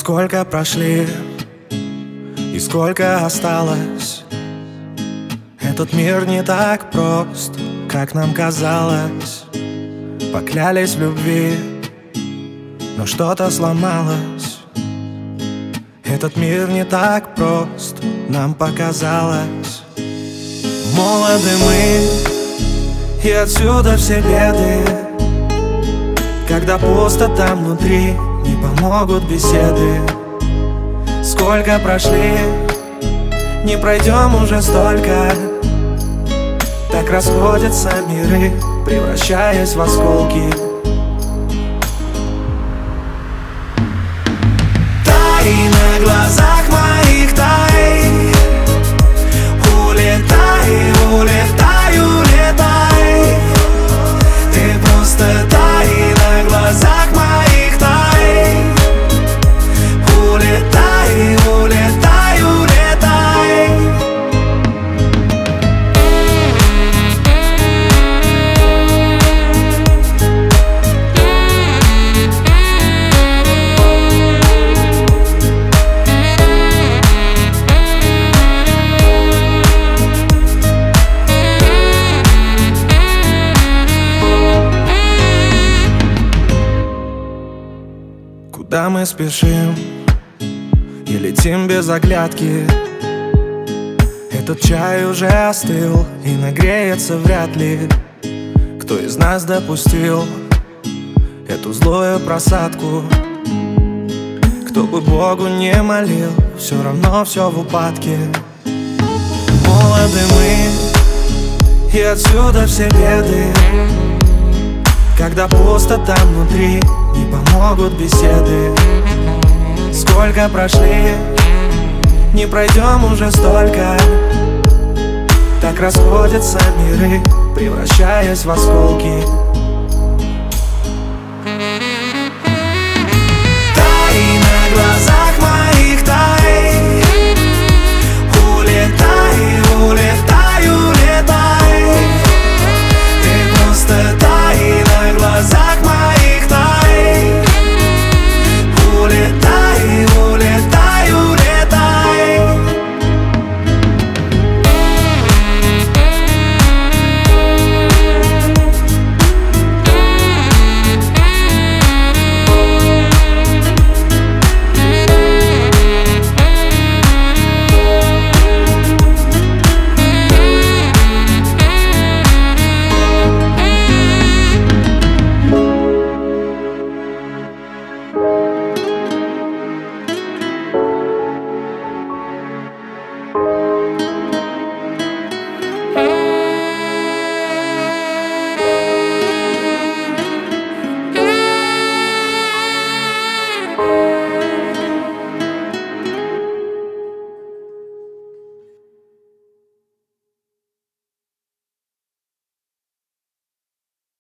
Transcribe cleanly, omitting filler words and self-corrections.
Сколько прошли и сколько осталось. Этот мир не так прост, как нам казалось. Поклялись в любви, но что-то сломалось. Этот мир не так прост, нам показалось. Молоды мы, и отсюда все беды. Когда пусто там внутри, не помогут беседы. Сколько прошли, не пройдем уже столько. Так расходятся миры, превращаясь в осколки. Тай на глазах моих, тай. Улетай, улетай, улетай. Ты просто тай на глазах моих, тай. Улетай, улетай, улетай. Куда мы спешим и летим без оглядки? Этот чай уже остыл и нагреется вряд ли. Кто из нас допустил эту злую просадку? Кто бы Богу не молил, все равно все в упадке. Молоды мы, и отсюда все беды. Когда пусто там внутри, не помогут беседы. Сколько прошли, не пройдем уже столько. Так расходятся миры, превращаясь в осколки.